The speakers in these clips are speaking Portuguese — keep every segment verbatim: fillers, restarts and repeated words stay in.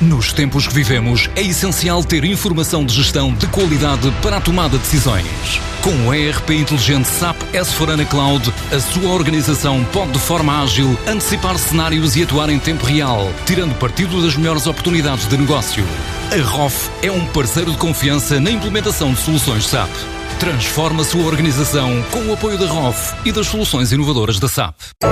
Nos tempos que vivemos, é essencial ter informação de gestão de qualidade para a tomada de decisões. Com o E R P inteligente S A P S quatro HANA Cloud, a sua organização pode, de forma ágil, antecipar cenários e atuar em tempo real, tirando partido das melhores oportunidades de negócio. A R O F é um parceiro de confiança na implementação de soluções S A P. Transforma a sua organização com o apoio da R O F e das soluções inovadoras da S A P.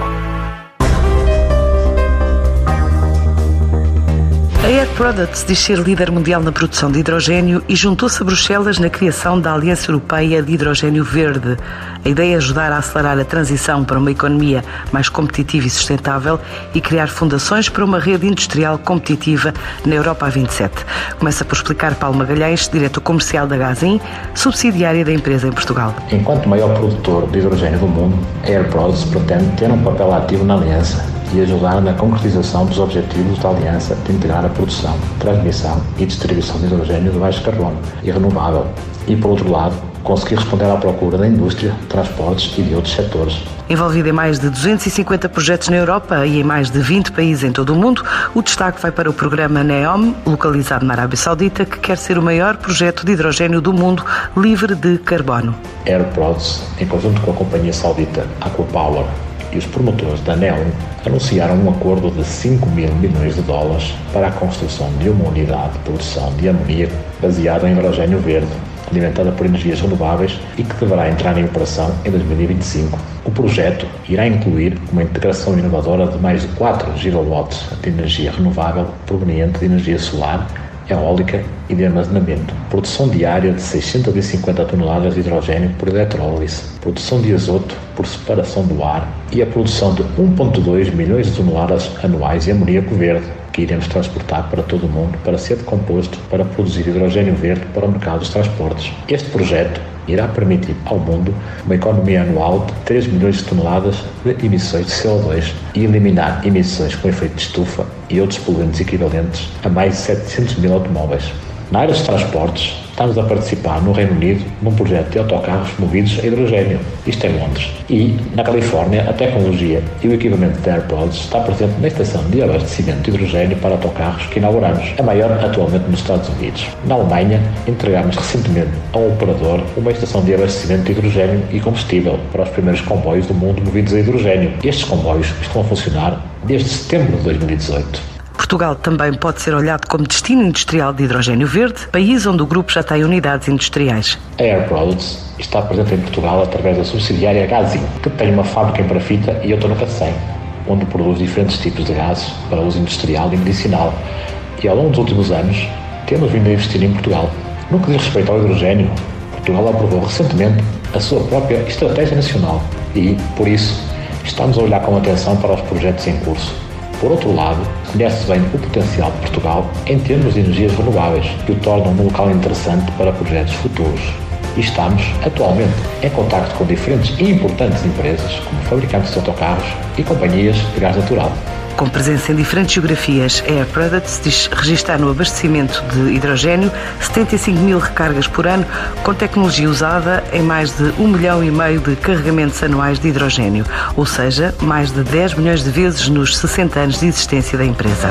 A Air Products diz ser líder mundial na produção de hidrogênio e juntou-se a Bruxelas na criação da Aliança Europeia de Hidrogênio Verde. A ideia é ajudar a acelerar a transição para uma economia mais competitiva e sustentável e criar fundações para uma rede industrial competitiva na Europa A vinte e sete. Começa por explicar Paulo Magalhães, diretor comercial da Gasim, subsidiária da empresa em Portugal. Enquanto maior produtor de hidrogênio do mundo, a Air Products pretende ter um papel ativo na Aliança e ajudar na concretização dos objetivos da Aliança de integrar a produção, transmissão e distribuição de hidrogênio de baixo carbono e renovável e, por outro lado, conseguir responder à procura da indústria, transportes e de outros setores. Envolvido em mais de duzentos e cinquenta projetos na Europa e em mais de vinte países em todo o mundo, o destaque vai para o programa NEOM, localizado na Arábia Saudita, que quer ser o maior projeto de hidrogênio do mundo livre de carbono. Air Products, em conjunto com a companhia saudita Aquapower e os promotores da NEOM, anunciaram um acordo de cinco mil milhões de dólares para a construção de uma unidade de produção de amoníaco baseada em hidrogênio verde, alimentada por energias renováveis e que deverá entrar em operação em dois mil e vinte e cinco. O projeto irá incluir uma integração inovadora de mais de quatro gigawatts de energia renovável proveniente de energia solar, eólica e de armazenamento, produção diária de seiscentas e cinquenta toneladas de hidrogênio por eletrólise, produção de azoto por separação do ar e a produção de um vírgula dois milhões de toneladas anuais de amoníaco verde, que iremos transportar para todo o mundo para ser decomposto para produzir hidrogênio verde para o mercado dos transportes. Este projeto irá permitir ao mundo uma economia anual de três milhões de toneladas de emissões de C O dois e eliminar emissões com efeito de estufa e outros poluentes equivalentes a mais de setecentos mil automóveis. Na área dos transportes, estamos a participar no Reino Unido num projeto de autocarros movidos a hidrogênio, isto em Londres. E, na Califórnia, a tecnologia e o equipamento da Air Products está presente na estação de abastecimento de hidrogênio para autocarros que inauguramos, a maior atualmente nos Estados Unidos. Na Alemanha, entregámos recentemente a um operador uma estação de abastecimento de hidrogênio e combustível para os primeiros comboios do mundo movidos a hidrogênio. Estes comboios estão a funcionar desde setembro de dois mil e dezoito. Portugal também pode ser olhado como destino industrial de hidrogênio verde, país onde o grupo já tem unidades industriais. A Air Products está presente em Portugal através da subsidiária Gasim, que tem uma fábrica em Parafita e outra no Cacém, onde produz diferentes tipos de gases para uso industrial e medicinal. E ao longo dos últimos anos, temos vindo a investir em Portugal. No que diz respeito ao hidrogênio, Portugal aprovou recentemente a sua própria Estratégia Nacional e, por isso, estamos a olhar com atenção para os projetos em curso. Por outro lado, conhece bem o potencial de Portugal em termos de energias renováveis, que o tornam um local interessante para projetos futuros. E estamos, atualmente, em contacto com diferentes e importantes empresas, como fabricantes de autocarros e companhias de gás natural. Com presença em diferentes geografias, a Air Products diz registrar no abastecimento de hidrogênio setenta e cinco mil recargas por ano, com tecnologia usada em mais de um milhão e meio de carregamentos anuais de hidrogênio, ou seja, mais de dez milhões de vezes nos sessenta anos de existência da empresa.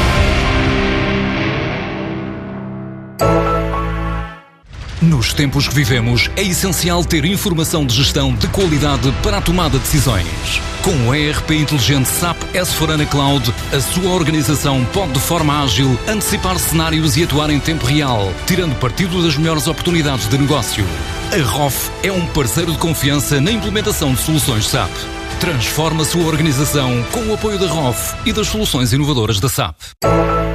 Nos tempos que vivemos, é essencial ter informação de gestão de qualidade para a tomada de decisões. Com o E R P inteligente S A P S quatro HANA Cloud, a sua organização pode, de forma ágil, antecipar cenários e atuar em tempo real, tirando partido das melhores oportunidades de negócio. A R O F é um parceiro de confiança na implementação de soluções S A P. Transforma a sua organização com o apoio da R O F e das soluções inovadoras da S A P.